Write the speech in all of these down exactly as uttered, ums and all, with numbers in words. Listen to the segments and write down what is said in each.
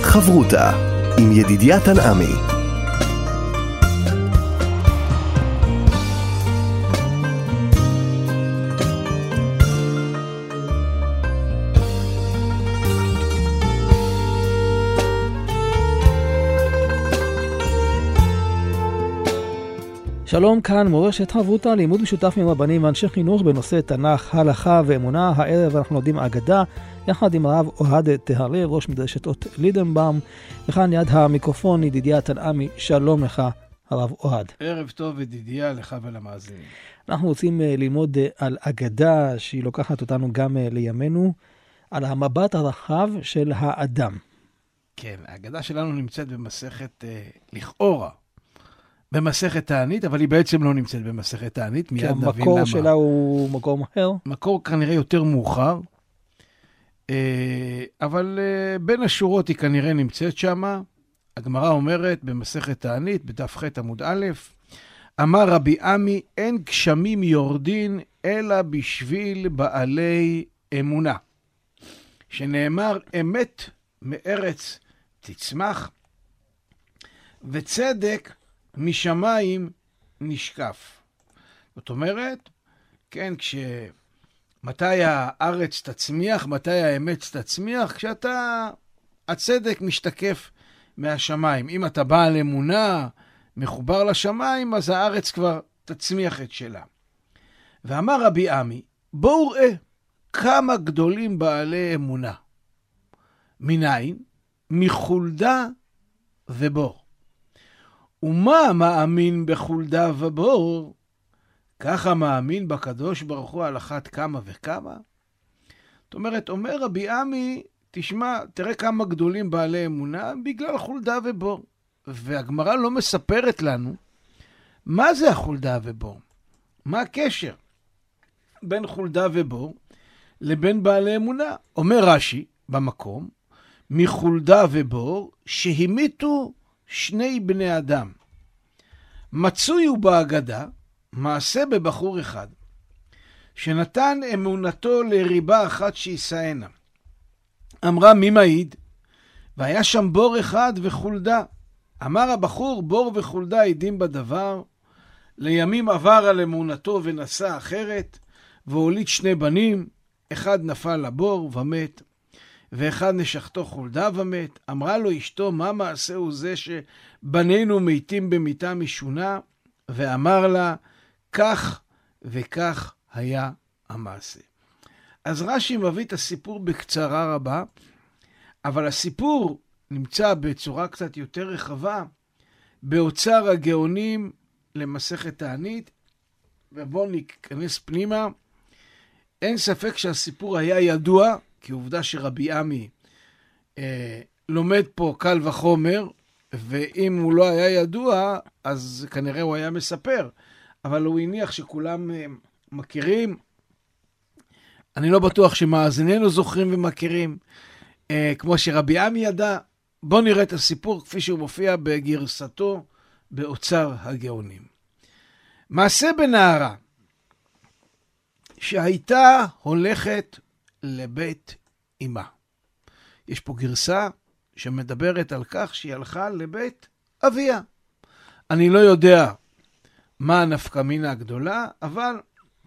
חברותה עם ידידיה תנעמי. שלום, כאן מורשת חברותה, לימוד משותף עם רבנים ואנשי חינוך בנושא תנ"ך, הלכה ואמונה. הערב אנחנו לומדים אגדה יחד עם הרב אוהד טהרלב, ראש מדרשת אות לידנבאום, וכאן ליד המיקרופון ידידיה תנעמי. שלום לך הרב אוהד. ערב טוב ידידיה, לך ולמאזינים. אנחנו רוצים ללמוד על אגדה שהיא לוקחת אותנו גם לימינו, על המבט הרחב של האדם. כן, האגדה שלנו נמצאת במסכת אה, לכאורה במסכת תענית, אבל היא בעצם לא נמצאת במסכת תענית, מיד נבין למה. המקור שלה הוא מקור אחר? מקור כנראה יותר מאוחר, אבל בין השורות היא כנראה נמצאת שמה. הגמרא אומרת במסכת תענית, בדף ח' עמוד א', אמר רבי עמי, אין גשמים יורדין אלא בשביל בעלי אמונה. שנאמר, אמת מארץ תצמח, וצדק משמיים נשקף. זאת אומרת, כן, כש... מתי הארץ תצמיח, מתי האמת תצמיח? כשאתה, הצדק משתקף מהשמיים. אם אתה בעל אמונה, מחובר לשמיים, אז הארץ כבר תצמיח את שלה. ואמר רבי עמי, בואו ראה כמה גדולים בעלי אמונה. מניין? מחולדה ובור. ומה מאמין בחולדה ובור? ככה מאמין בקדוש ברוך הוא על אחת כמה וכמה? זאת אומרת, אומר רבי עמי, תשמע, תראה כמה גדולים בעלי אמונה בגלל חולדה ובור. והגמרא לא מספרת לנו מה זה החולדה ובור. מה הקשר בין חולדה ובור לבין בעלי אמונה? אומר רש"י במקום, מחולדה ובור שהמיתו שני בני אדם. מצוי הוא בהגדה מעשה בבחור אחד, שנתן אמונתו לריבה אחת שישאנה. אמרה מי מעיד? והיה שם בור אחד וחולדה. אמר הבחור, בור וחולדה עידים בדבר. לימים עבר על אמונתו ונשא אחרת, והוליד שני בנים, אחד נפל לבור ומת, ואחד נשכתו חולדה ומת. אמרה לו אשתו, מה מעשה הוא זה שבנינו מתים במיתה משונה? ואמר לה, כך וכך היה המעשה. אז רש"י מביא את הסיפור בקצרה רבה, אבל הסיפור נמצא בצורה קצת יותר רחבה, באוצר הגאונים למסכת תענית, ובואו ניכנס פנימה. אין ספק שהסיפור היה ידוע, כי עובדה שרבי עמי אה, לומד פה קל וחומר, ואם הוא לא היה ידוע, אז כנראה הוא היה מספר. אבל הוא הניח שכולם אה, מכירים. אני לא בטוח שמאזיננו זוכרים ומכירים, אה, כמו שרבי עמי ידע. בואו נראה את הסיפור כפי שהוא מופיע בגרסתו באוצר הגאונים. מעשה בנערה, שהייתה הולכת לבית אמה. יש פה גרסה שמדברת על כך שהיא הלכה לבית אביה. אני לא יודע מה הנפקמינה הגדולה, אבל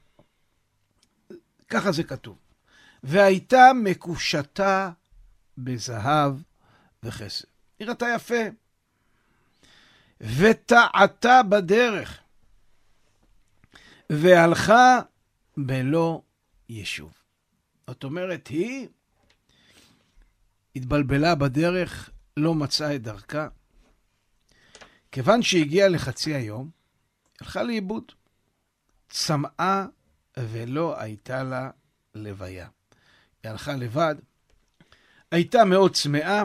ככה זה כתוב. והייתה מקושתה בזהב וכסף. נראתה יפה. וטעתה בדרך. והלכה בלא יישוב. זאת אומרת, היא התבלבלה בדרך, לא מצאה את דרכה. כיוון שהגיעה לחצי היום, הלכה לאיבוד. צמאה ולא הייתה לה לוויה. היא הלכה לבד, הייתה מאוד צמאה,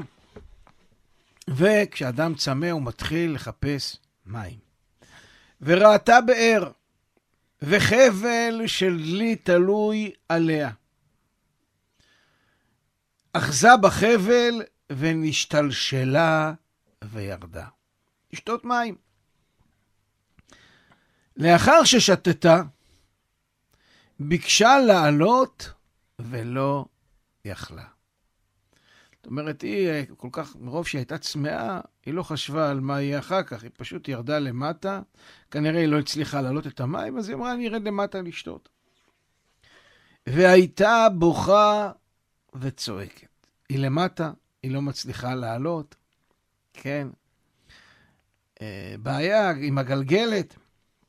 וכשאדם צמא הוא מתחיל לחפש מים. וראתה באר, וחבל של דלי תלוי עליה. אחזה בחבל ונשתלשלה וירדה. לשתות מים. לאחר ששתתה, ביקשה לעלות ולא יכלה. זאת אומרת, היא כל כך, מרוב שהיא הייתה צמאה, היא לא חשבה על מה יהיה אחר כך, היא פשוט ירדה למטה, כנראה היא לא הצליחה לעלות את המים, אז היא אמרה, אני ארד למטה לשתות. והייתה בוכה וצועקת. היא למטה, היא לא מצליחה לעלות, כן. בעיה עם הגלגלת.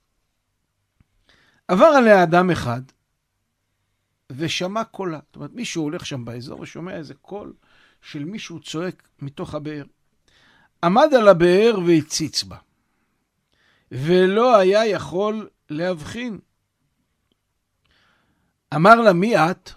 עבר עליה אדם אחד, ושמע קולה. זאת אומרת, מישהו הולך שם באזור, ושומע איזה קול של מישהו צועק מתוך הבאר. עמד על הבאר והציץ בה. ולא היה יכול להבחין. אמר לה, מי את?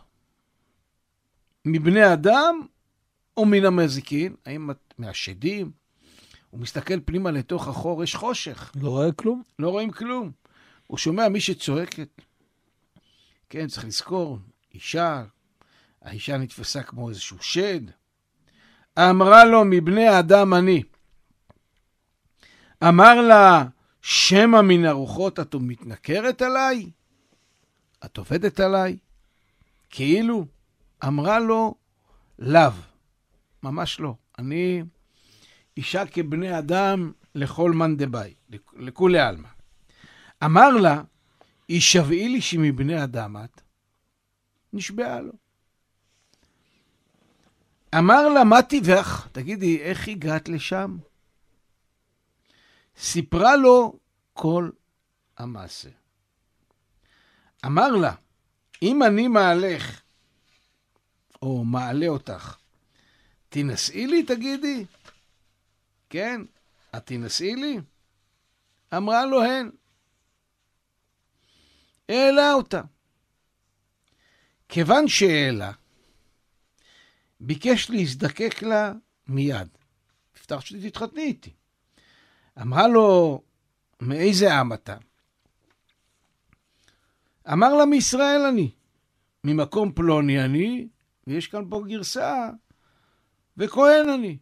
מבני אדם או מן המזיקין? האם את מהשדים? הוא מסתכל פנימה לתוך החור, יש חושך. לא רואה כלום? לא רואים כלום. הוא שומע מי שצועקת. כן, צריך לזכור, אישה, האישה נתפסה כמו איזשהו שד. אמרה לו, מבני האדם אני. אמר לה, שמה מן הרוחות את מתנכרת עליי? את עובדת עליי? כאילו? אמרה לו, לאו. ממש לא. אני אישה כבני אדם לכל מן דבאי, לכולי עלמא. אמר לה, ישבעי לי שמבני אדם את? נשבעה לו. אמר לה, מה טבעך? תגידי, איך הגעת לשם? סיפרה לו כל המעשה. אמר לה, אם אני מעלך, או מעלה אותך, תנסי לי, תגידי? כן, את תנסי לי? אמרה לו, הן. העלה אותה. כיוון שהעלה, ביקש להזדקק לה מיד. תפתח שתתחתני איתי. אמרה לו, מאיזה עם אתה? אמר לה, מישראל אני. ממקום פלוני אני, ויש כאן פה גרסה, וכהן אני.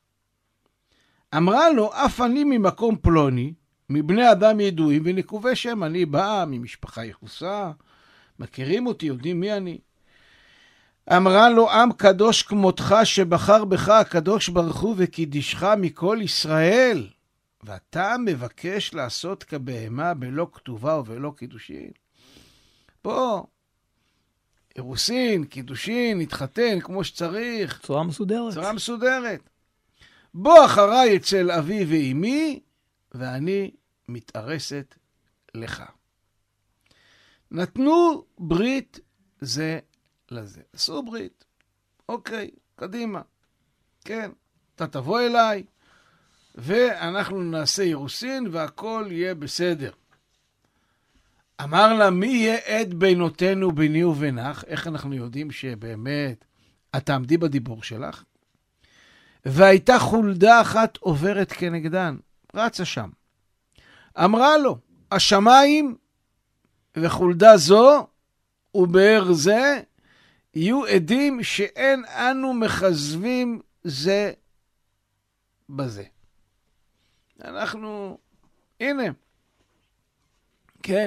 אמרה לו, אף אני ממקום פלוני, מבני אדם ידועים ונקובי שם, אני באה ממשפחה יחוסה, מכירים אותי, יודעים מי אני. אמרה לו, עם קדוש כמותך שבחר בך הקדוש ברוך הוא וקידישך מכל ישראל, ואתה מבקש לעשות כבהמה בלא כתובה ובלא קידושין. פה, אירוסין, קידושין, התחתן כמו שצריך. צורה מסודרת. צורה מסודרת. בוא אחריי אצל אבי ואמי, ואני מתארסת לך. נתנו ברית זה לזה. עשו ברית. אוקיי, קדימה. כן, אתה תבוא אליי, ואנחנו נעשה אירוסין, והכל יהיה בסדר. אמר לה, מי יהיה עד בינותינו ביני ובינך? איך אנחנו יודעים שבאמת את תעמדי בדיבור שלך? והייתה חולדה אחת עוברת כנגדן, רצה שם. אמרה לו, השמיים וחולדה זו ובאר זה יהיו עדים שאין אנו מחזבים זה בזה. אנחנו, הנה, כן,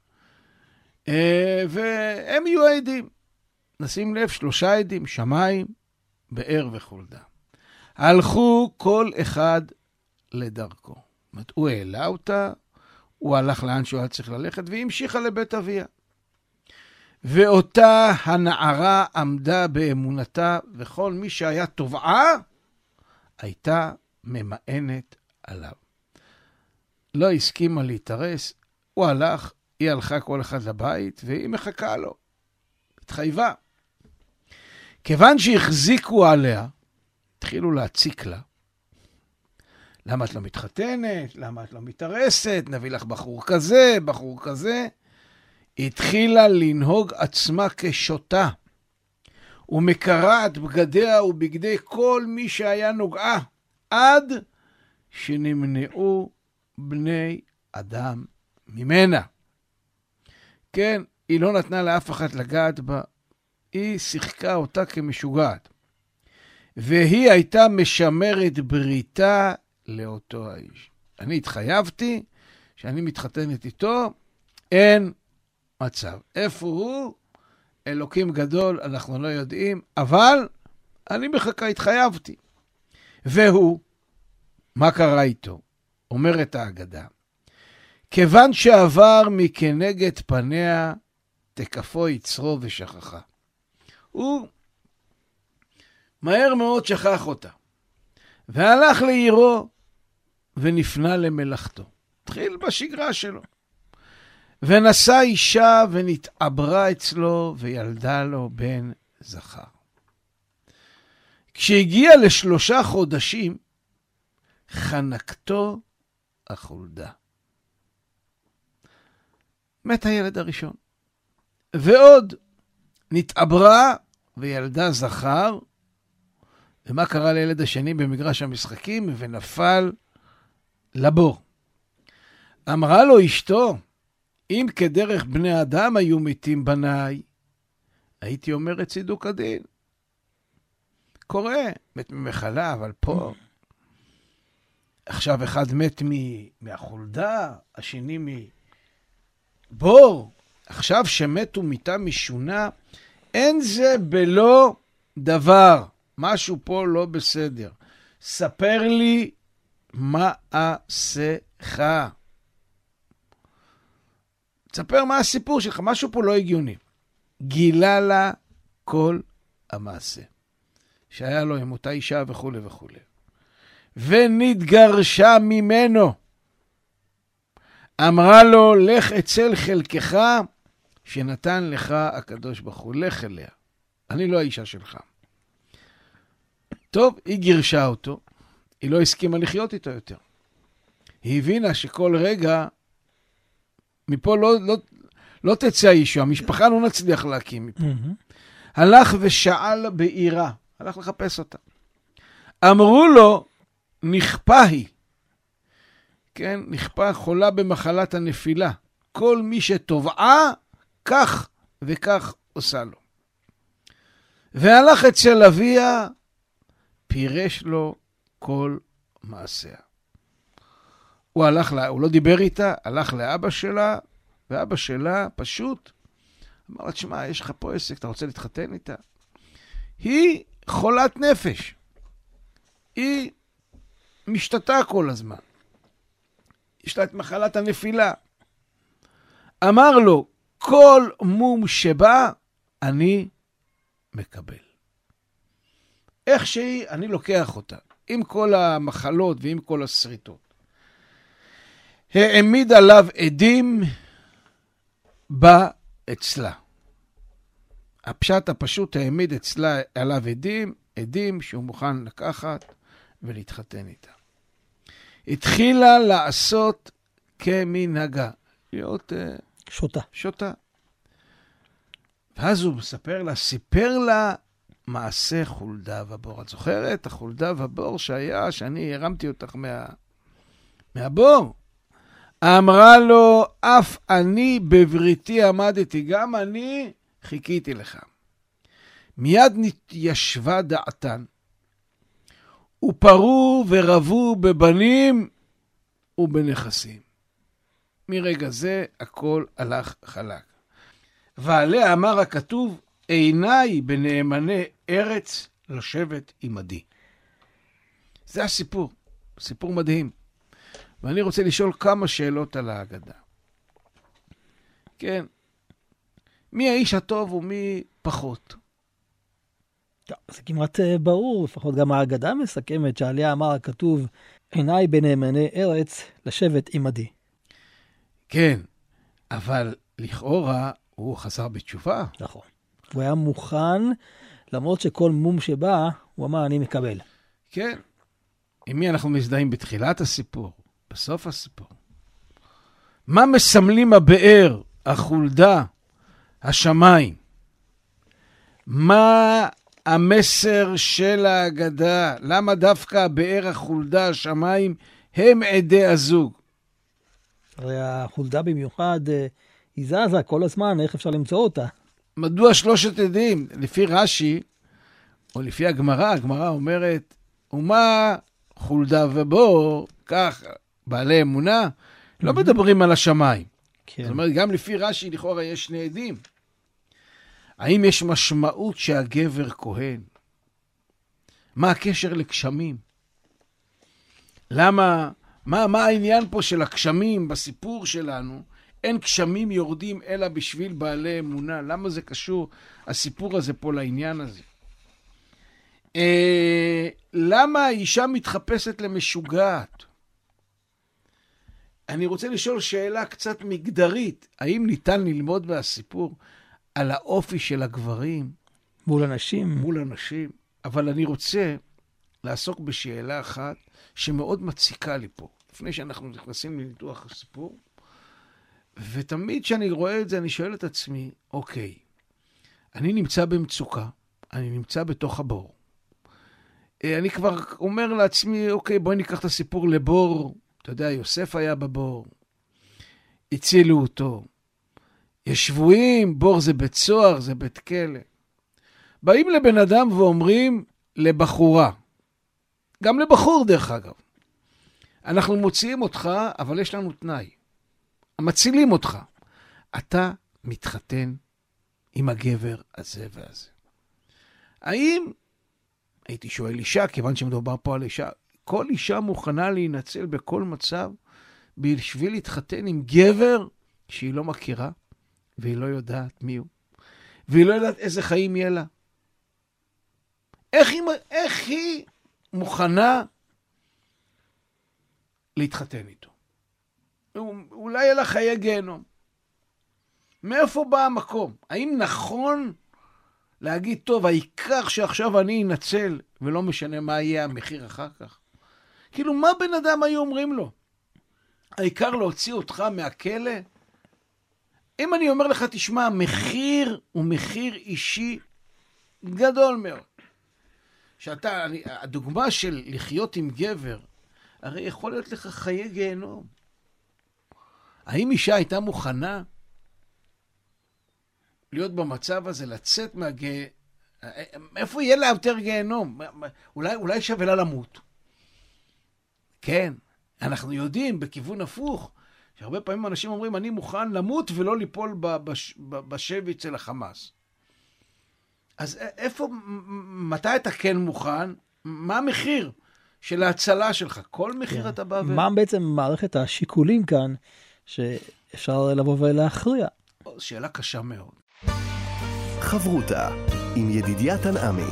והם יהיו העדים. נשים לב, שלושה עדים, שמיים, באר וחולדה. הלכו כל אחד לדרכו. זאת אומרת, הוא העלה אותה, הוא הלך לאן שהוא היה צריך ללכת, והיא המשיכה לבית אביה. ואותה הנערה עמדה באמונתה, וכל מי שהיה טובעה, הייתה ממאנת עליו. לא הסכימה להתארס, הוא הלך, היא הלכה כל אחד לבית, והיא מחכה לו. התחייבה. כיוון שהחזיקו עליה, התחילו להציק לה. למה את לא מתחתנת? למה את לא מתארסת? נביא לך בחור כזה, בחור כזה. התחילה לנהוג עצמה כשוטה, ומקרעת בגדיה ובגדי כל מי שהיה נוגעה, עד שנמנעו בני אדם ממנה. כן, היא לא נתנה לאף אחד לגעת בה, היא שיחקה אותה כמשוגעת. והיא הייתה משמרת בריתה לאותו האיש. אני התחייבתי שאני מתחתנת איתו, אין מצב. איפה הוא? אלוקים גדול, אנחנו לא יודעים, אבל אני בחכה התחייבתי. והוא, מה קרה איתו? אומרת האגדה, כיוון שעבר מכנגד פניה, תקפו יצרו ושכחה. הוא מהר מאוד שכח אותה, והלך לעירו ונפנה למלאכתו. התחיל בשגרה שלו. ונשא אישה ונתעברה אצלו וילדה לו בן זכר. כשהגיע לשלושה חודשים, חנקתו החולדה. מת הילד הראשון. ועוד נתעברה וילדה זכר. ומה קרה לילד השני במגרש המשחקים? ונפל לבור. אמרה לו אשתו, אם כדרך בני אדם היו מתים בניי, הייתי אומרת צידוק הדין. קורה, מת ממחלה, אבל פה, עכשיו אחד מת מהחולדה, השני מבור, עכשיו שמתו מיתה משונה, אין זה בלא דבר, משהו פה לא בסדר. ספר לי מה עשך. תספר מה הסיפור שלך, משהו פה לא הגיוני. גילה לה כל המעשה. שהיה לו עם אותה אישה וכו' וכו'. ונתגרשה ממנו. אמרה לו, לך אצל חלקך, שנתן לך הקדוש ברוך הוא, לך אליה. אני לא האישה שלך. טוב, היא גירשה אותו. היא לא הסכימה לחיות איתו יותר. היא הבינה שכל רגע, מפה לא, לא, לא תצא אישו, המשפחה לא נצליח להקים מפה. Mm-hmm. הלך ושאל בעירה, הלך לחפש אותה. אמרו לו, נכפה היא. כן, נכפה חולה במחלת הנפילה. כל מי שטובעה, כך וכך עושה לו. והלך אצל אביה, פירש לו כל מעשיה. הוא הלך לה, הוא לא דיבר איתה, הלך לאבא שלה, ואבא שלה פשוט אמר לה, תשמע, יש לך פה עסק, אתה רוצה להתחתן איתה? היא חולת נפש. היא משתתה כל הזמן. יש לה את מחלת הנפילה. אמר לו, כל מום שבא, אני מקבל. איך שהיא, אני לוקח אותה. עם כל המחלות ועם כל הסריטות. העמיד עליו עדים, בא אצלה. הפשט הפשוט העמיד אצלה עליו עדים, עדים שהוא מוכן לקחת ולהתחתן איתה. התחילה לעשות כמנהגה, להיות uh, שוטה. שוטה. ואז הוא מספר לה, סיפר לה מעשה חולדה ובור. את זוכרת? החולדה ובור שהיה, שאני הרמתי אותך מה, מהבור. אמרה לו, אף אני בבריתי עמדתי, גם אני חיכיתי לך. מיד נתיישבה דעתן, ופרו ורבו בבנים ובנכסים. מרגע זה הכל הלך חלק. ועליה אמר הכתוב, עיניי בנאמני ארץ לשבת עמדי. זה הסיפור, סיפור מדהים. ואני רוצה לשאול כמה שאלות על ההגדה. כן, מי האיש הטוב ומי פחות? זה כמעט ברור, לפחות גם ההגדה מסכמת שעליה אמר הכתוב, עיניי בנאמני ארץ לשבת עמדי. כן, אבל לכאורה הוא חזר בתשובה. נכון. הוא היה מוכן, למרות שכל מום שבא, הוא אמר, אני מקבל. כן. עם מי אנחנו מזדהים בתחילת הסיפור, בסוף הסיפור? מה מסמלים הבאר, החולדה, השמיים? מה המסר של ההגדה? למה דווקא הבאר, החולדה, השמיים, הם עדי הזוג? הרי החולדה במיוחד היא זזה כל הזמן, איך אפשר למצוא אותה? מדוע שלושת עדים? לפי רש"י, או לפי הגמרא, הגמרא אומרת, ומה חולדה ובור, כך, בעלי אמונה, לא מדברים על השמיים. כן. זאת אומרת, גם לפי רש"י, לכאורה יש שני עדים. האם יש משמעות שהגבר כהן? מה הקשר לגשמים? למה, מה, מה העניין פה של הגשמים בסיפור שלנו? אין גשמים יורדים אלא בשביל בעלי אמונה. למה זה קשור, הסיפור הזה פה, לעניין הזה? אה, למה האישה מתחפשת למשוגעת? אני רוצה לשאול שאלה קצת מגדרית. האם ניתן ללמוד מהסיפור על האופי של הגברים? מול אנשים. מול אנשים. אבל אני רוצה לעסוק בשאלה אחת שמאוד מציקה לי פה. לפני שאנחנו נכנסים לניתוח הסיפור. ותמיד כשאני רואה את זה, אני שואל את עצמי, אוקיי, אני נמצא במצוקה, אני נמצא בתוך הבור. אני כבר אומר לעצמי, אוקיי, בואי ניקח את הסיפור לבור. אתה יודע, יוסף היה בבור, הצילו אותו. יש שבויים, בור זה בית סוהר, זה בית כלא. באים לבן אדם ואומרים לבחורה, גם לבחור דרך אגב, אנחנו מוציאים אותך, אבל יש לנו תנאי. מצילים אותך. אתה מתחתן עם הגבר הזה והזה. האם, הייתי שואל אישה, כיוון שמדובר פה על אישה, כל אישה מוכנה להינצל בכל מצב בשביל להתחתן עם גבר שהיא לא מכירה, והיא לא יודעת מי הוא, והיא לא יודעת איזה חיים יהיה לה. איך היא, איך היא מוכנה להתחתן איתו? אולי יהיה לה חיי גיהנום. מאיפה בא המקום? האם נכון להגיד, טוב, העיקר שעכשיו אני אנצל, ולא משנה מה יהיה המחיר אחר כך? כאילו, מה בן אדם היו אומרים לו? העיקר להוציא אותך מהכלא? אם אני אומר לך, תשמע, המחיר הוא מחיר אישי גדול מאוד. שאתה, אני, הדוגמה של לחיות עם גבר, הרי יכול להיות לך חיי גיהנום. האם אישה הייתה מוכנה להיות במצב הזה, לצאת מהגיהנום? איפה יהיה לה יותר גיהנום? אולי, אולי שווה לה למות. כן, אנחנו יודעים בכיוון הפוך, שהרבה פעמים אנשים אומרים, אני מוכן למות ולא ליפול בשבי אצל החמאס. אז איפה, מתי אתה כן מוכן? מה המחיר של ההצלה שלך? כל מחיר כן. אתה בא ו... מה בעצם מערכת השיקולים כאן שאפשר לבוא ולהכריע? שאלה קשה מאוד. חברותה עם ידידיה תנעמי.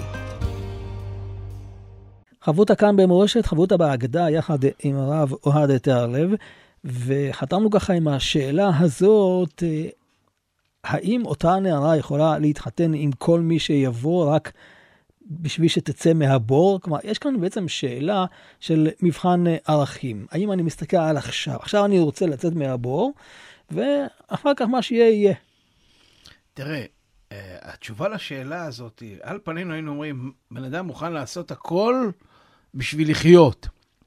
חברותה כאן במורשת, חברותה בהגדה, יחד עם הרב אוהד תיארלב, וחתמנו ככה עם השאלה הזאת, האם אותה נערה יכולה להתחתן עם כל מי שיבוא רק בשביל שתצא מהבור? כלומר, יש כאן בעצם שאלה של מבחן ערכים. האם אני מסתכל על עכשיו? עכשיו אני רוצה לצאת מהבור, ואחר כך מה שיהיה יהיה. תראה, התשובה לשאלה הזאת, על פנינו היינו אומרים, בן אדם מוכן לעשות הכל בשביל לחיות.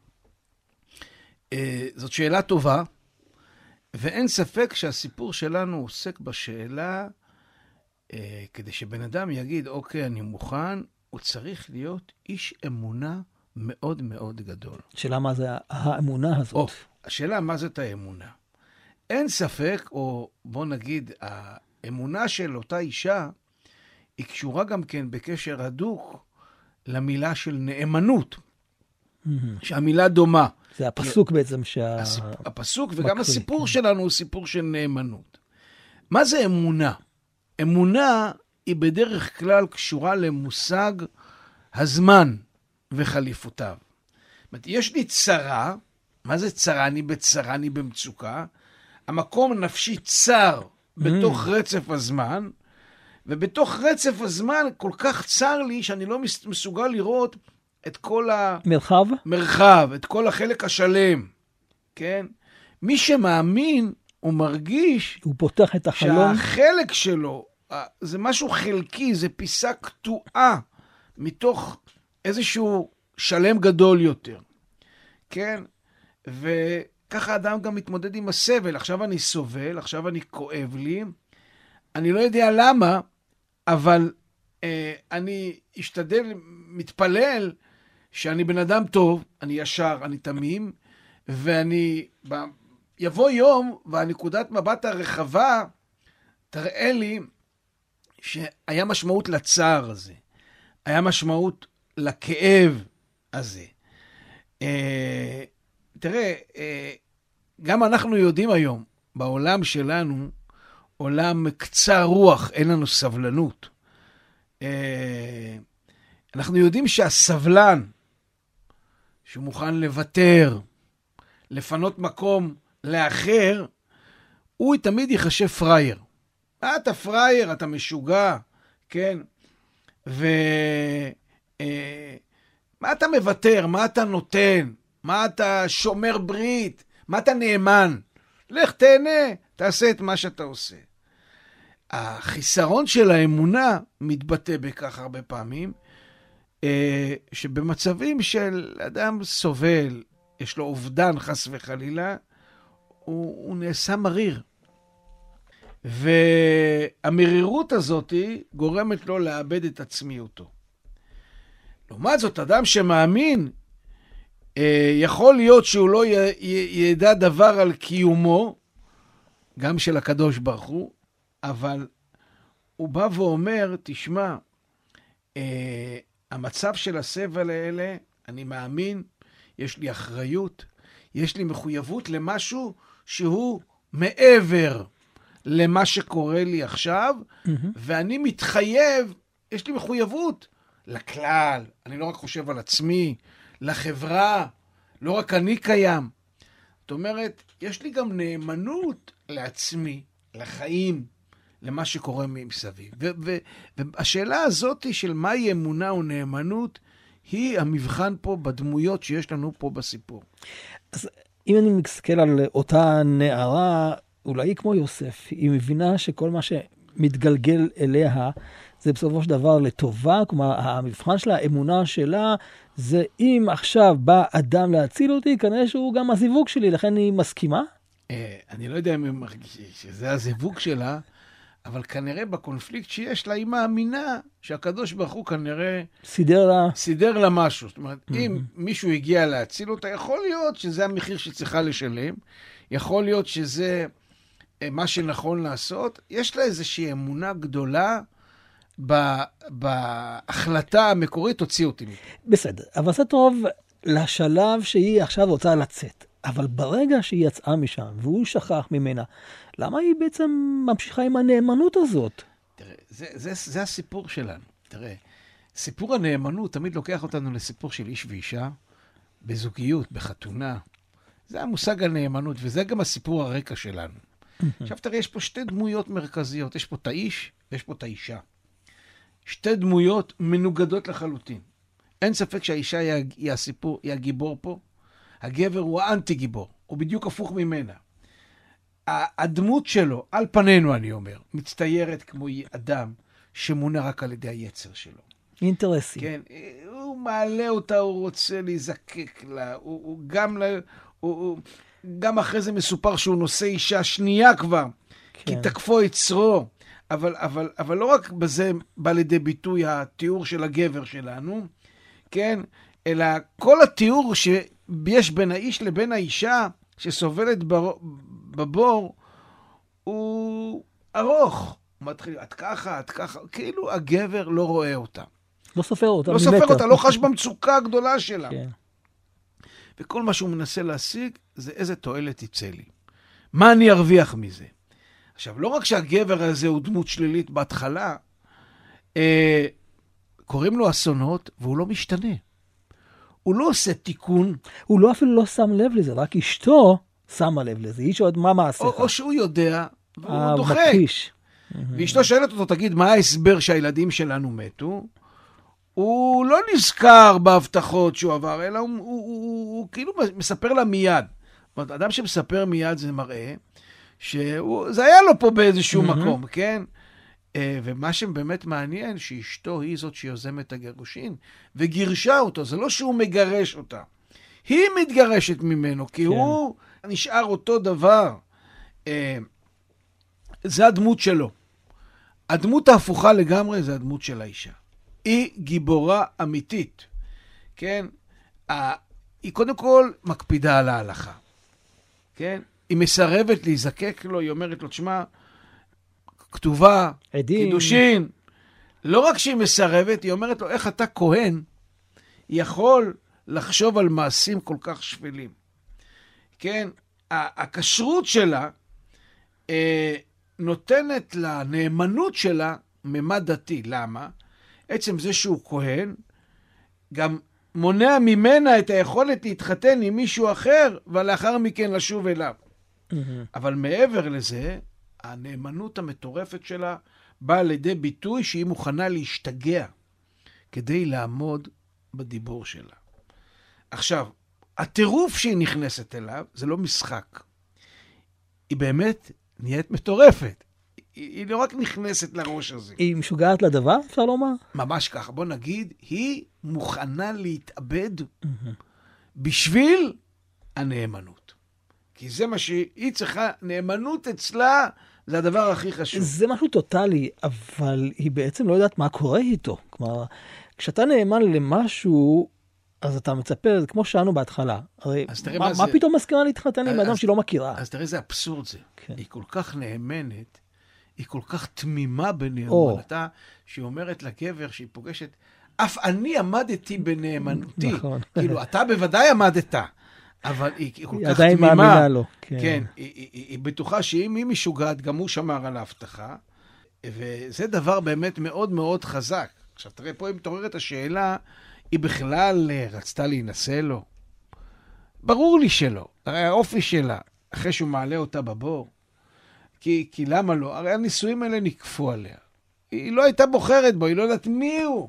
זאת שאלה טובה, ואין ספק שהסיפור שלנו עוסק בשאלה, כדי שבן אדם יגיד, אוקיי, אני מוכן, הוא צריך להיות איש אמונה מאוד מאוד גדול. שאלה מה זה האמונה הזאת? או, השאלה מה זאת האמונה. אין ספק, או בוא נגיד, האמונה של אותה אישה, היא קשורה גם כן בקשר הדוק למילה של נאמנות, שהמילה דומה. זה הפסוק בעצם שה... הפסוק וגם הסיפור שלנו הוא סיפור של נאמנות. מה זה אמונה? אמונה היא בדרך כלל קשורה למושג הזמן וחליפותיו. זאת אומרת, יש לי צרה, מה זה צרה? אני בצרה, אני במצוקה. המקום הנפשי צר בתוך רצף הזמן, ובתוך רצף הזמן כל כך צר לי שאני לא מסוגל לראות את כל המרחב, מרחב, את כל החלק השלם. כן? מי שמאמין, הוא מרגיש, הוא פותח את החלום, שהחלק שלו, זה משהו חלקי, זה פיסה קטועה, מתוך איזשהו שלם גדול יותר. כן? וככה האדם גם מתמודד עם הסבל. עכשיו אני סובל, עכשיו אני כואב לי, אני לא יודע למה, אבל אה, אני אשתדל, מתפלל, שאני בן אדם טוב, אני ישר, אני תמים, ואני, ב... יבוא יום, והנקודת מבט הרחבה, תראה לי שהיה משמעות לצער הזה. היה משמעות לכאב הזה. אה, תראה, אה, גם אנחנו יודעים היום, בעולם שלנו, עולם קצר רוח, אין לנו סבלנות. אה, אנחנו יודעים שהסבלן, שהוא מוכן לוותר, לפנות מקום לאחר, הוא תמיד יחשב פרייר. אתה פרייר, אתה משוגע, כן? ו... אה, מה אתה מוותר? מה אתה נותן? מה אתה שומר ברית? מה אתה נאמן? לך תהנה, תעשה את מה שאתה עושה. החיסרון של האמונה מתבטא בכך הרבה פעמים, אה, שבמצבים של אדם סובל, יש לו אובדן חס וחלילה, הוא, הוא נעשה מריר. והמרירות הזאת גורמת לו לאבד את עצמיותו. לעומת זאת, אדם שמאמין, יכול להיות שהוא לא ידע דבר על קיומו, גם של הקדוש ברוך הוא, אבל הוא בא ואומר, תשמע, המצב של הסבל האלה, אני מאמין, יש לי אחריות, יש לי מחויבות למשהו שהוא מעבר למה שקורה לי עכשיו, mm-hmm. ואני מתחייב, יש לי מחויבות לכלל, אני לא רק חושב על עצמי, לחברה, לא רק אני קיים. זאת אומרת, יש לי גם נאמנות לעצמי, לחיים, למה שקורה מסביב. ו- ו- והשאלה הזאת של מהי אמונה או נאמנות, היא המבחן פה בדמויות שיש לנו פה בסיפור. אז אם אני מסתכל על אותה נערה, אולי כמו יוסף, היא מבינה שכל מה שמתגלגל אליה, זה בסופו של דבר לטובה, כלומר, המבחן שלה, האמונה שלה, זה אם עכשיו בא אדם להציל אותי, כנראה שהוא גם הזיווג שלי, לכן היא מסכימה? אני לא יודע אם היא מרגישה שזה הזיווג שלה, אבל כנראה בקונפליקט שיש לה, היא מאמינה שהקדוש ברוך הוא כנראה סידר לה, סידר לה משהו. זאת אומרת, אם מישהו הגיע להציל אותה, יכול להיות שזה המחיר שצריכה לשלם, יכול להיות שזה מה שנכון לעשות. יש לה איזושהי אמונה גדולה בהחלטה המקורית, תוציא אותי מפה. בסדר, אבל זה טוב לשלב שהיא עכשיו רוצה לצאת. אבל ברגע שהיא יצאה משם, והוא שכח ממנה, למה היא בעצם ממשיכה עם הנאמנות הזאת? תראה, זה, זה, זה הסיפור שלנו. תראה, סיפור הנאמנות תמיד לוקח אותנו לסיפור של איש ואישה, בזוגיות, בחתונה. זה המושג הנאמנות, וזה גם הסיפור הרקע שלנו. עכשיו תראה, יש פה שתי דמויות מרכזיות. יש פה את האיש, ויש פה את האישה. שתי דמויות מנוגדות לחלוטין. אין ספק שהאישה היא, היא הסיפור, היא הגיבור פה. הגבר הוא האנטי גיבור, הוא בדיוק הפוך ממנה. הדמות שלו, על פנינו אני אומר, מצטיירת כמו אדם שמונה רק על ידי היצר שלו. אינטרסי. כן, הוא מעלה אותה, הוא רוצה להיזקק לה, הוא, הוא גם, לה, הוא, הוא, גם אחרי זה מסופר שהוא נושא אישה שנייה כבר, כן. כי תקפו יצרו, אבל, אבל, אבל לא רק בזה בא לידי ביטוי התיאור של הגבר שלנו, כן, אלא כל התיאור ש... יש בין האיש לבין האישה שסובלת בר... בבור, הוא ארוך. הוא מתחיל, את ככה, את ככה, כאילו הגבר לא רואה אותה. לא סופר אותה. לא סופר אותה, לא חש במצוקה הגדולה שלה. כן. וכל מה שהוא מנסה להשיג, זה איזה תועלת יצא לי. מה אני ארוויח מזה? עכשיו, לא רק שהגבר הזה הוא דמות שלילית בהתחלה, אה, קוראים לו אסונות, והוא לא משתנה. הוא לא עושה תיקון. הוא לא אפילו לא שם לב לזה, רק אשתו שמה לב לזה. היא שואלת מה מעשיך. או, או שהוא יודע, והוא דוחק. מכחיש. ואשתו שואלת אותו, תגיד, מה ההסבר שהילדים שלנו מתו? הוא לא נזכר בהבטחות שהוא עבר, אלא הוא, הוא, הוא, הוא, הוא כאילו מספר לה מיד. זאת אומרת, אדם שמספר מיד זה מראה, שזה היה לו פה באיזשהו מקום, כן? ומה שבאמת מעניין, שאשתו היא זאת שיוזמת הגירושין, וגירשה אותו, זה לא שהוא מגרש אותה. היא מתגרשת ממנו, כי כן. הוא נשאר אותו דבר. זה הדמות שלו. הדמות ההפוכה לגמרי זה הדמות של האישה. היא גיבורה אמיתית. כן? היא קודם כל מקפידה על ההלכה. כן? היא מסרבת להיזקק לו, היא אומרת לו, תשמע, כתובה, עדים. קידושין. לא רק שהיא מסרבת, היא אומרת לו, איך אתה כהן, יכול לחשוב על מעשים כל כך שפלים. כן, הכשרות שלה אה, נותנת לנאמנות שלה ממד דתי. למה? עצם זה שהוא כהן, גם מונע ממנה את היכולת להתחתן עם מישהו אחר, ולאחר מכן לשוב אליו. Mm-hmm. אבל מעבר לזה, הנאמנות המטורפת שלה באה לידי ביטוי שהיא מוכנה להשתגע כדי לעמוד בדיבור שלה. עכשיו, הטירוף שהיא נכנסת אליו זה לא משחק. היא באמת נהיית מטורפת. היא, היא לא רק נכנסת לראש הזה. היא משוגעת לדבר, אפשר לומר? ממש ככה. בוא נגיד, היא מוכנה להתאבד mm-hmm. בשביל הנאמנות. כי זה מה שהיא צריכה, נאמנות אצלה זה הדבר הכי חשוב. זה משהו טוטלי, אבל היא בעצם לא יודעת מה קורה איתו. כלומר, כשאתה נאמן למשהו, אז אתה מצפה, כמו שאנו בהתחלה. הרי מה, מה, מה פתאום מסכימה להתחתן עם אדם שהיא לא מכירה? אז תראה איזה אבסורד זה. כן. היא כל כך נאמנת, היא כל כך תמימה בנאמנתה, שהיא אומרת לגבר שהיא פוגשת, אף אני עמדתי בנאמנותי. נכון. כאילו, אתה בוודאי עמדת. אבל היא, היא כל היא כך תמימה. מאמינה לו. כן. כן, היא, היא, היא, היא בטוחה שאם היא משוגעת, גם הוא שמר על ההבטחה. וזה דבר באמת מאוד מאוד חזק. עכשיו, תראה, פה אם תעורר את השאלה, היא בכלל רצתה להינשא לו? ברור לי שלא. הרי האופי שלה, אחרי שהוא מעלה אותה בבור, כי, כי למה לא? הרי הנישואים האלה נקפו עליה. היא לא הייתה בוחרת בו, היא לא יודעת מי הוא.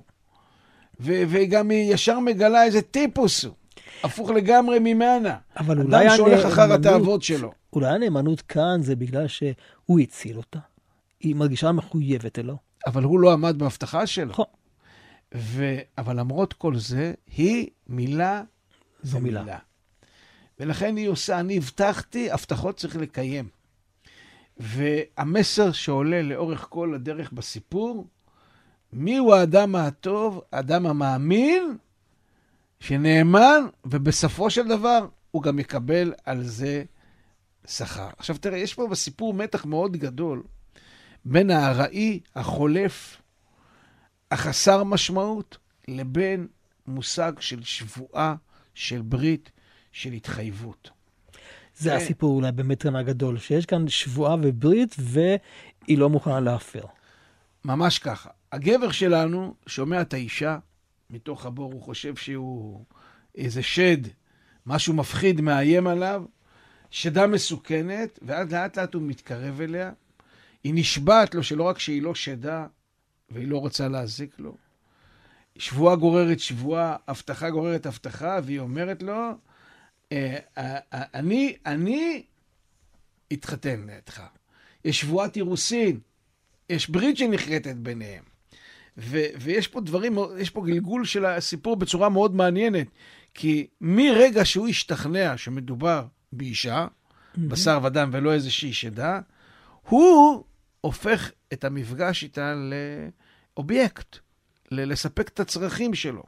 ו- וגם היא ישר מגלה איזה טיפוס הוא. הפוך לגמרי ממנה. אבל אולי אדם שהולך אחר התאוות שלו. אולי הנאמנות כאן זה בגלל שהוא הציל אותה. היא מרגישה מחויבת אלו. אבל הוא לא עמד בהבטחה שלו. נכון. ו... אבל למרות כל זה, היא מילה זו מילה. מילה. ולכן היא עושה, אני הבטחתי, הבטחות צריך לקיים. והמסר שעולה לאורך כל הדרך בסיפור, מי הוא האדם הטוב, האדם המאמין, שנאמן, ובסופו של דבר הוא גם יקבל על זה שכר. עכשיו תראה, יש פה בסיפור מתח מאוד גדול, בין הארעי, החולף, החסר משמעות, לבין מושג של שבועה, של ברית, של התחייבות. זה הסיפור אולי באמת הגדול, שיש כאן שבועה וברית, והיא לא מוכנה להפר. ממש ככה. הגבר שלנו שומע את האישה, מתוך הבור הוא חושב שהוא איזה שד, משהו מפחיד מאיים עליו, שדה מסוכנת, ואז לאט לאט הוא מתקרב אליה. היא נשבעת לו שלא רק שהיא לא שדה, והיא לא רוצה להזיק לו. שבועה גוררת שבועה, הבטחה גוררת הבטחה, והיא אומרת לו, אני, אני אתחתן לידך. יש שבועת אירוסין, יש ברית שנחרטת ביניהם. ו- ויש פה דברים, יש פה גלגול של הסיפור בצורה מאוד מעניינת, כי מרגע שהוא השתכנע שמדובר באישה, mm-hmm. בשר ודם ולא איזושהי שדה, הוא הופך את המפגש איתה לאובייקט, ל- לספק את הצרכים שלו.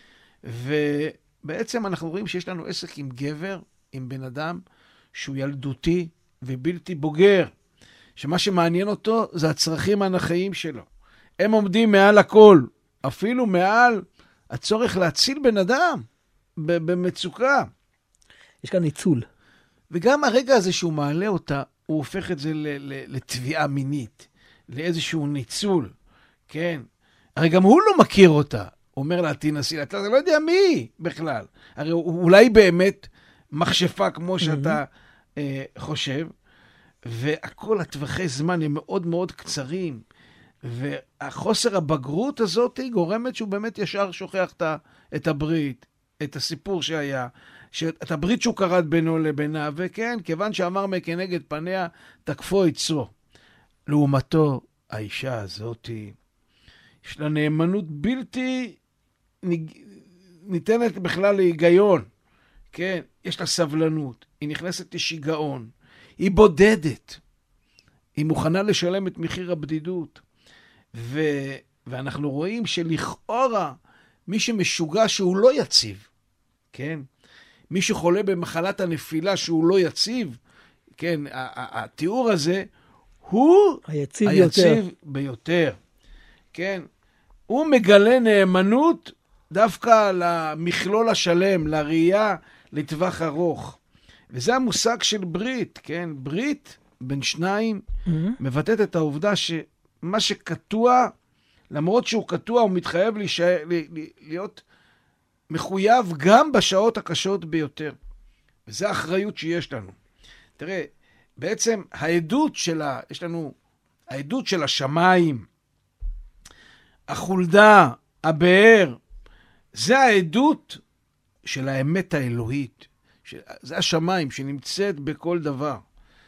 ובעצם אנחנו רואים שיש לנו עסק עם גבר, עם בן אדם, שהוא ילדותי ובלתי בוגר, שמה שמעניין אותו זה הצרכים האנכיים שלו. הם עומדים מעל הכל, אפילו מעל הצורך להציל בן אדם במצוקה. יש כאן ניצול. וגם הרגע הזה שהוא מעלה אותה, הוא הופך את זה לתביעה מינית, לאיזשהו ניצול, כן? הרי גם הוא לא מכיר אותה. הוא אומר לה, תנסי, אתה לא יודע מי בכלל. הרי אולי באמת מכשפה כמו שאתה אה, חושב, והכל הטווחי זמן הם מאוד מאוד קצרים, והחוסר הבגרות הזאת גורמת שהוא באמת ישר שוכח את הברית, את הסיפור שהיה, את הברית שהוא קראת בינו לבינה, וכן, כיוון שאמר מכנגד פניה, תקפו יצרו. לעומתו, האישה הזאת, יש לה נאמנות בלתי ניתנת בכלל להיגיון, כן, יש לה סבלנות, היא נכנסת לשיגעון, היא בודדת, היא מוכנה לשלם את מחיר הבדידות, ו... ואנחנו רואים שלכאורה מי שמשוגע שהוא לא יציב, כן? מי שחולה במחלת הנפילה שהוא לא יציב, כן? התיאור הזה הוא היציב, היציב יותר. ביותר, כן? הוא מגלה נאמנות דווקא למכלול השלם, לראייה לטווח ארוך. וזה המושג של ברית, כן? ברית בין שניים mm-hmm. מבטאת את העובדה שמה שקטוע, למרות שהוא קטוע, הוא מתחייב להישאר, להיות מחויב גם בשעות הקשות ביותר. וזו האחריות שיש לנו. תראה, בעצם העדות של ה... יש לנו העדות של השמיים, החולדה, הבאר, זה העדות של האמת האלוהית. זה השמיים שנמצאת בכל דבר.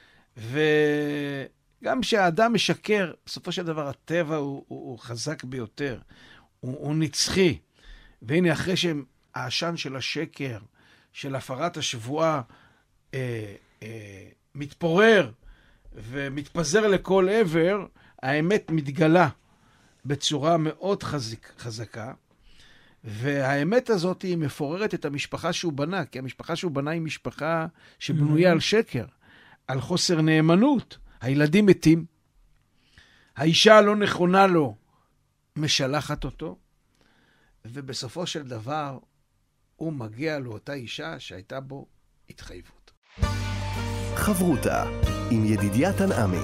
וגם כשהאדם משקר, בסופו של דבר הטבע הוא, הוא, הוא חזק ביותר. הוא, הוא נצחי. והנה אחרי שהעשן של השקר, של הפרת השבועה, אה, אה, מתפורר ומתפזר לכל עבר, האמת מתגלה בצורה מאוד חזק, חזקה. והאמת הזאת היא מפוררת את המשפחה שהוא בנה, כי המשפחה שהוא בנה היא משפחה שבנויה על שקר, על חוסר נאמנות. הילדים מתים, האישה הלא נכונה לו משלחת אותו, ובסופו של דבר הוא מגיע לאותה אישה שהייתה בו התחייבות. חברותה עם ידידיה תנעמי.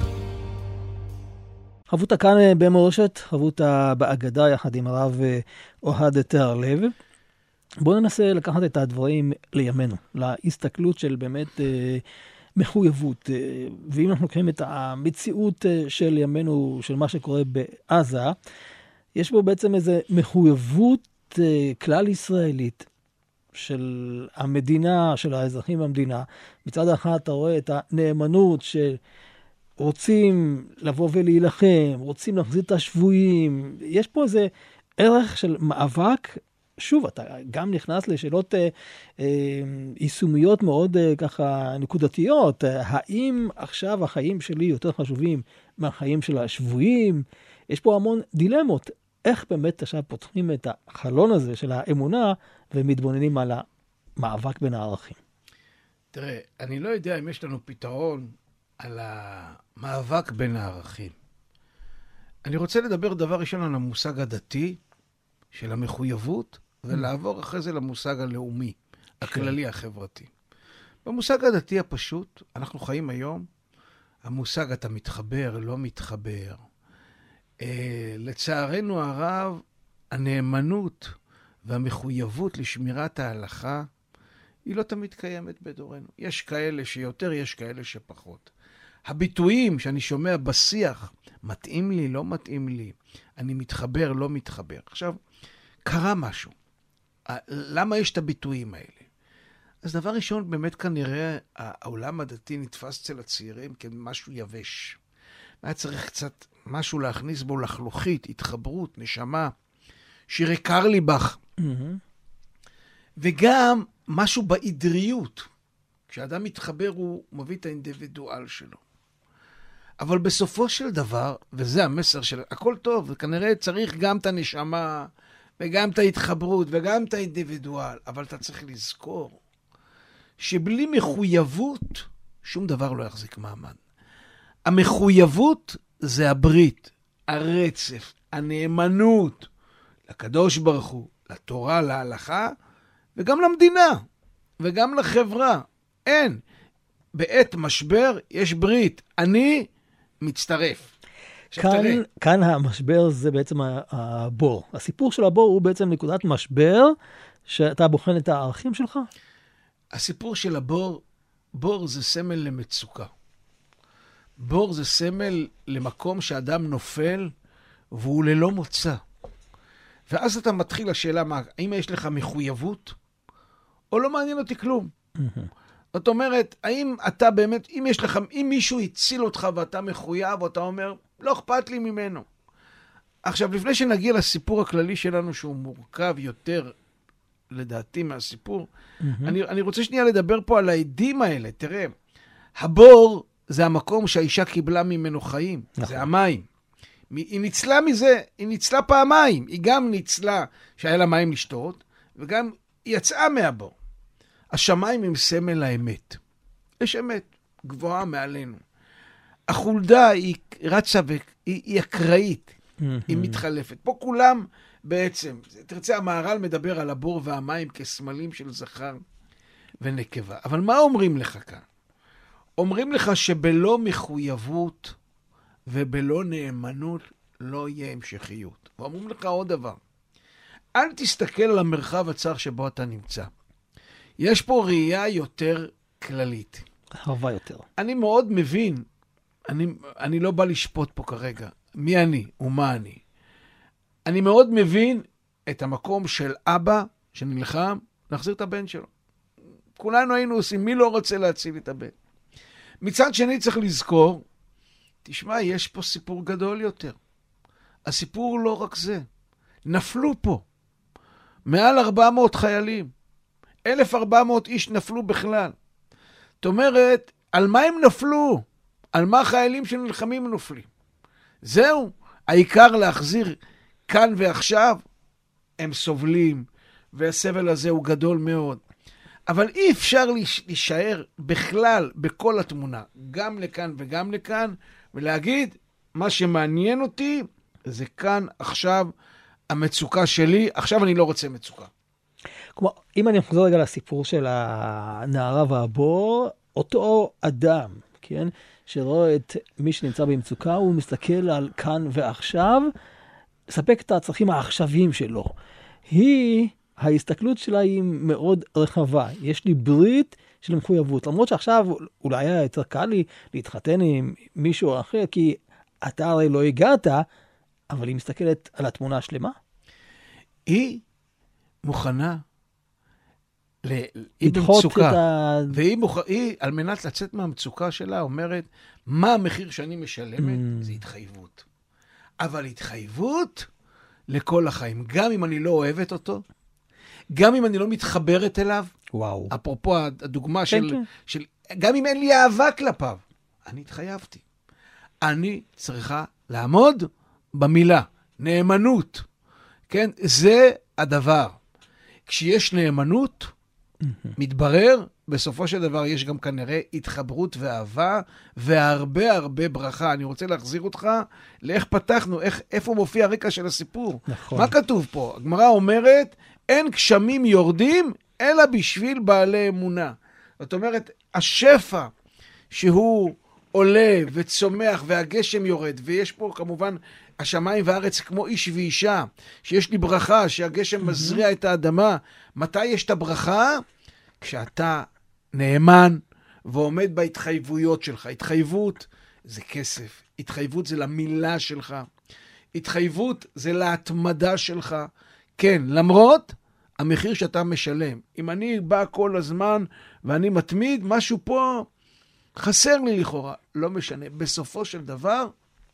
חברותה כאן במורשת, חברותה באגדה יחד עם הרב אוהד תהרלב. בואו ננסה לקחת את הדברים לימינו, להסתכלות של באמת אה, מחויבות. אה, ואם אנחנו לוקחים את המציאות אה, של ימינו, של מה שקורה בעזה, יש בו בעצם איזו מחויבות אה, כלל ישראלית של המדינה, של האזרחים במדינה. מצד אחד אתה רואה את הנאמנות של רוצים לבוא ולהילחם, רוצים להחזיר את השבויים. יש פה איזה ערך של מאבק. שוב, אתה גם נכנס לשאלות אה, אה, יישומיות מאוד אה, ככה נקודתיות. האם עכשיו החיים שלי יותר חשובים מהחיים של השבויים? יש פה המון דילמות. איך באמת עכשיו פותחים את החלון הזה של האמונה ומתבוננים על המאבק בין הערכים? תראה, אני לא יודע אם יש לנו פתרון על המאבק בין הערכים. אני רוצה לדבר דבר ראשון על המושג הדתי של המחויבות, ולעבור אחרי זה למושג הלאומי, הכללי החברתי. במושג הדתי הפשוט, אנחנו חיים היום, המושג אתה מתחבר, לא מתחבר. אה, לצערנו הרב, הנאמנות והמחויבות לשמירת ההלכה, היא לא תמיד קיימת בדורנו. יש כאלה שיותר, יש כאלה שפחות. הביטויים שאני שומע בשיח, מתאים לי, לא מתאים לי, אני מתחבר, לא מתחבר. עכשיו, קרה משהו. למה יש את הביטויים האלה? אז דבר ראשון, באמת כנראה העולם הדתי נתפס אצל הצעירים כמשהו יבש. היה צריך קצת משהו להכניס בו לחלוכית, התחברות, נשמה, שירי קרליבך. Mm-hmm. וגם משהו בעדריות. כשאדם מתחבר הוא מביא את האינדיבידואל שלו. אבל בסופו של דבר, וזה המסר של הכל טוב, וכנראה צריך גם את הנשמה, וגם את ההתחברות, וגם את האינדיבידואל, אבל אתה צריך לזכור שבלי מחויבות, שום דבר לא יחזיק מעמד. המחויבות זה הברית, הרצף, הנאמנות, לקדוש ברוך הוא, לתורה, להלכה, וגם למדינה, וגם לחברה. אין. בעת משבר יש ברית. אני מצטרף. כאן, כאן המשבר זה בעצם הבור. הסיפור של הבור הוא בעצם נקודת משבר, שאתה בוחן את הערכים שלך? הסיפור של הבור, בור זה סמל למצוקה. בור זה סמל למקום שאדם נופל, והוא ללא מוצא. ואז אתה מתחיל לשאלה, מה, האם יש לך מחויבות, או לא מעניין אותי כלום? זאת אומרת, האם אתה באמת, אם יש לך, אם מישהו הציל אותך ואתה מחויב, ואתה אומר, לא אכפת לי ממנו. עכשיו, לפני שנגיע לסיפור הכללי שלנו, שהוא מורכב יותר, לדעתי, מהסיפור, אני, אני רוצה שנייה לדבר פה על העדים האלה. תראה, הבור זה המקום שהאישה קיבלה ממנו חיים. זה המים. היא ניצלה מזה, היא ניצלה פעמיים. היא גם ניצלה שהיה לה מים לשתות, וגם היא יצאה מהבור. השמיים הם סמל האמת. יש אמת גבוהה מעלינו. החולדה היא רצה והיא היא אקראית, היא מתחלפת. פה כולם בעצם, תרצה, המהר"ל מדבר על הבור והמים כסמלים של זכר ונקבה. אבל מה אומרים לך כאן? אומרים לך שבלא מחויבות ובלא נאמנות לא יהיה המשכיות. ואומרים לך עוד דבר. אל תסתכל על המרחב הצר שבו אתה נמצא. יש פה ראייה יותר כללית. רחבה יותר. אני מאוד מבין, אני, אני לא בא לשפוט פה כרגע, מי אני ומה אני. אני מאוד מבין את המקום של אבא שנלחם להחזיר את הבן שלו. כולנו היינו עושים, מי לא רוצה להציל את הבן? מצד שני צריך לזכור, תשמע, יש פה סיפור גדול יותר. הסיפור לא רק זה. נפלו פה מעל ארבע מאות חיילים. אלף וארבע מאות איש נפלו בכלל. זאת אומרת, על מה הם נפלו? על מה החיילים שנלחמים נופלים? זהו, העיקר להחזיר כאן ועכשיו, הם סובלים, והסבל הזה הוא גדול מאוד. אבל אי אפשר להישאר בכלל בכל התמונה, גם לכאן וגם לכאן, ולהגיד, מה שמעניין אותי, זה כאן עכשיו המצוקה שלי, עכשיו אני לא רוצה מצוקה. כלומר, אם אני מחזור רגע לסיפור של הנערה והבור, אותו אדם, כן, שרואה את מי שנמצא במצוקה, הוא מסתכל על כאן ועכשיו, לספק את הצרכים העכשוויים שלו. היא, ההסתכלות שלה היא מאוד רחבה. יש לי ברית של מחויבות. למרות שעכשיו אולי היה יותר קל לי להתחתן עם מישהו אחר, כי אתה הרי לא הגעת, אבל היא מסתכלת על התמונה השלמה. היא מוכנה, ל... היא במצוקה, ה... והיא מוכ... היא, על מנת לצאת מהמצוקה שלה, אומרת, מה המחיר שאני משלמת? Mm. זה התחייבות. אבל התחייבות לכל החיים. גם אם אני לא אוהבת אותו, גם אם אני לא מתחברת אליו, וואו. אפרופו הדוגמה כן, של, כן. של, גם אם אין לי אהבה כלפיו, אני התחייבתי. אני צריכה לעמוד במילה, נאמנות. כן, זה הדבר. כשיש נאמנות, מתברר, בסופו של דבר יש גם כנראה התחברות ואהבה, והרבה הרבה ברכה. אני רוצה להחזיר אותך לאיך פתחנו, איך, איפה מופיע הרקע של הסיפור. נכון. מה כתוב פה? הגמרא אומרת, אין גשמים יורדים, אלא בשביל בעלי אמונה. זאת אומרת, השפע שהוא עולה וצומח והגשם יורד, ויש פה כמובן השמיים והארץ כמו איש ואישה, שיש לי ברכה, שהגשם מזריע את האדמה. מתי יש את הברכה? כשאתה נאמן ועומד בהתחייבויות שלך. התחייבות זה כסף, התחייבות זה למילה שלך, התחייבות זה להתמדה שלך. כן, למרות המחיר שאתה משלם. אם אני בא כל הזמן ואני מתמיד, משהו פה חסר לי לכאורה. לא משנה. בסופו של דבר,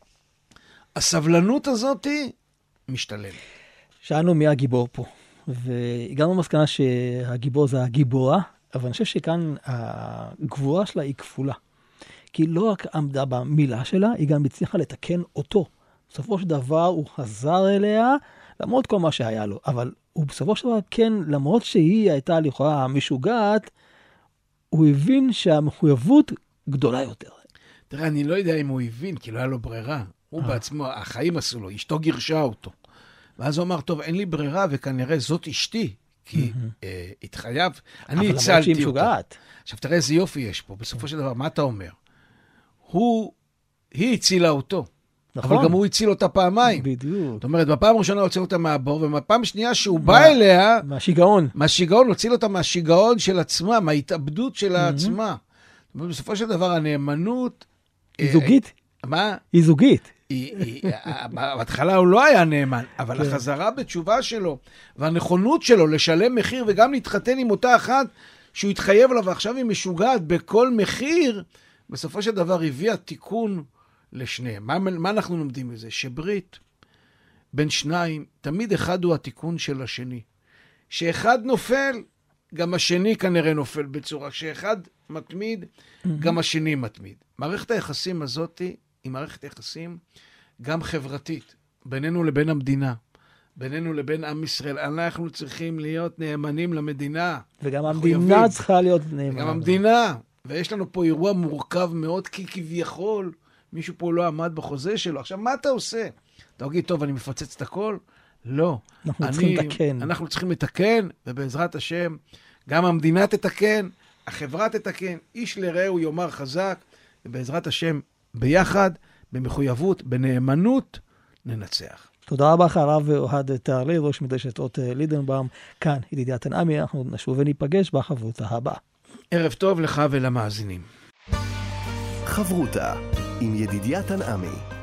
הסבלנות הזאת משתלם. שאלנו מי הגיבור פה, והגענו למסקנה שהגיבור זה הגיבורה, אבל אני חושב שכאן הגבורה שלה היא כפולה. כי לא רק עמדה במילה שלה, היא גם הצליחה לתקן אותו. בסופו של דבר הוא חזר אליה, למרות כל מה שהיה לו. אבל הוא בסופו של דבר כן, למרות שהיא הייתה לכאורה משוגעת, הוא הבין שהמחויבות גדולה יותר. תראה, אני לא יודע אם הוא הבין, כי לא היה לו ברירה. הוא בעצמו, החיים עשו לו, אשתו גירשה אותו. ואז הוא אמר, טוב, אין לי ברירה, וכנראה זאת אשתי, כי התחייב, אני הצלתי אותה. עכשיו, תראה איזה יופי יש פה, בסופו של דבר, מה אתה אומר? הוא, היא הצילה אותו, אבל גם הוא הציל אותה פעמיים. בדיוק. זאת אומרת, בפעם הראשונה הוא הציל אותה מהבור, ובפעם שנייה שהוא בא אליה, מהשיגעון. מהשיגעון, הוא הציל אותה מהשיגעון של עצמה, מההתאבדות של עצמה. בסופו של דבר, הנאמנות... היא זוגית. מה? היא זוגית. בהתחלה הוא לא היה נאמן, אבל החזרה בתשובה שלו, והנכונות שלו לשלם מחיר, וגם להתחתן עם אותה אחת שהוא התחייב לה, ועכשיו היא משוגעת בכל מחיר, בסופו של דבר הביאה תיקון לשניהם. מה, מה אנחנו לומדים מזה? שברית בין שניים, תמיד אחד הוא התיקון של השני. שאחד נופל, גם השני כנראה נופל בצורה. שאחד מתמיד, גם השני מתמיד. מערכת היחסים הזאת היא מערכת יחסים גם חברתית, בינינו לבין המדינה, בינינו לבין עם ישראל. אנחנו צריכים להיות נאמנים למדינה. וגם המדינה צריכה להיות נאמנה. גם המדינה. ויש לנו פה אירוע מורכב מאוד, כי כביכול מישהו פה לא עמד בחוזה שלו. עכשיו, מה אתה עושה? אתה תגיד, טוב, אני מפוצץ את הכל? לא. אנחנו אני, צריכים לתקן. אנחנו צריכים לתקן, ובעזרת השם, גם המדינה תתקן, החברה תתקן, איש לרעהו יאמר חזק, ובעזרת השם, ביחד, במחויבות, בנאמנות, ננצח. תודה רבה לך, הרב אוהד תהרלב, ראש מדרשת אות לידנבאום, כאן ידידיה תנעמי, אנחנו נשוב וניפגש בחברותה הבאה. ערב טוב לך ולמאזינים. חברותה עם ידידיה תנעמי.